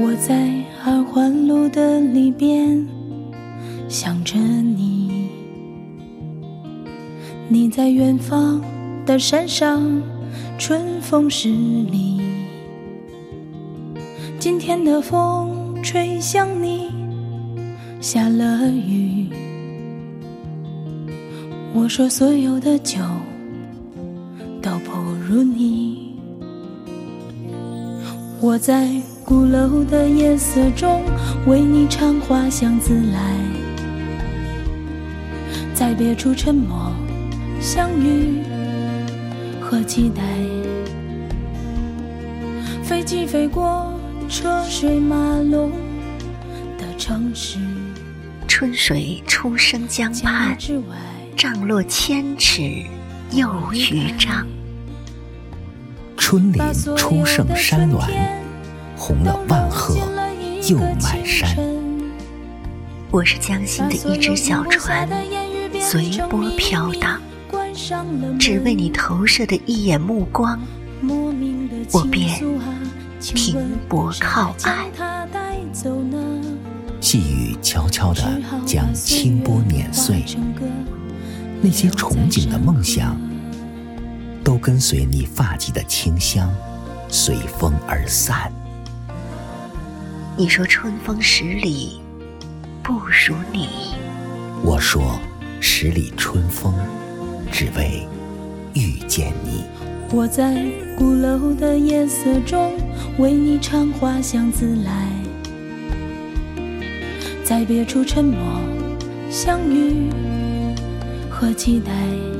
我在二环路的里边想着你，你在远方的山上，春风十里。今天的风吹向你，下了雨。我说所有的酒都不如你。我在鼓楼的夜色中为你唱花香自来，在别处沉默相遇和期待。飞机飞过车水马龙的城市， 春水初生江畔，涨落千尺又渔丈。 春林初盛山峦，红了万壑又满山。 我是江心的一只小船，随波飘荡，只为你投射的一眼目光，我便停泊靠岸。 细雨悄悄地将清波碾碎，那些憧憬的梦想都跟随你发髻的清香随风而散。 你说春风十里不如你， 我说十里春风只为遇见你。 我在鼓楼的夜色中为你唱花香自来，在别处沉默相遇和期待。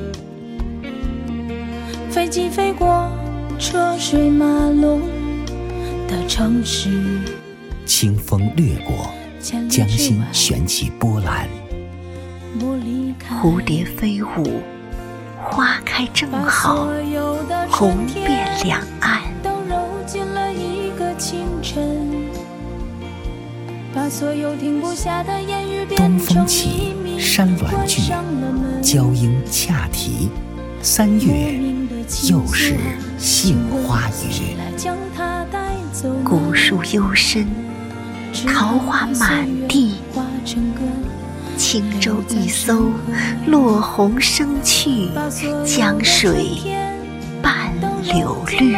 飞机飞过车水马龙的城市， 清风掠过，江心旋起波澜。 蝴蝶飞舞，花开正好，红遍两岸。 都揉进了一个清晨，把所有停不下的言语变成一鸣。 山峦聚，娇莺恰啼，三月又是杏花雨。 古树幽深，桃花满地，轻舟一艘，落红生去，江水伴柳绿。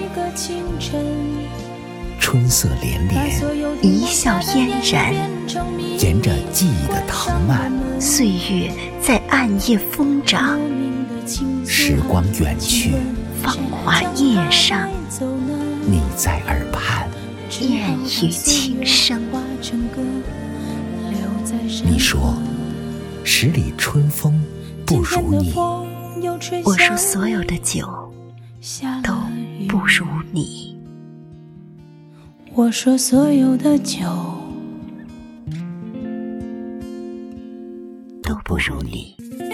春色连连， 一笑嫣然， 沿着记忆的藤蔓， 岁月在暗夜疯长。 时光远去， 芳华叶上， 你在耳畔， 燕语轻声。 你说十里春风不如你， 我说所有的酒都不如你。 我说所有的酒都不如你。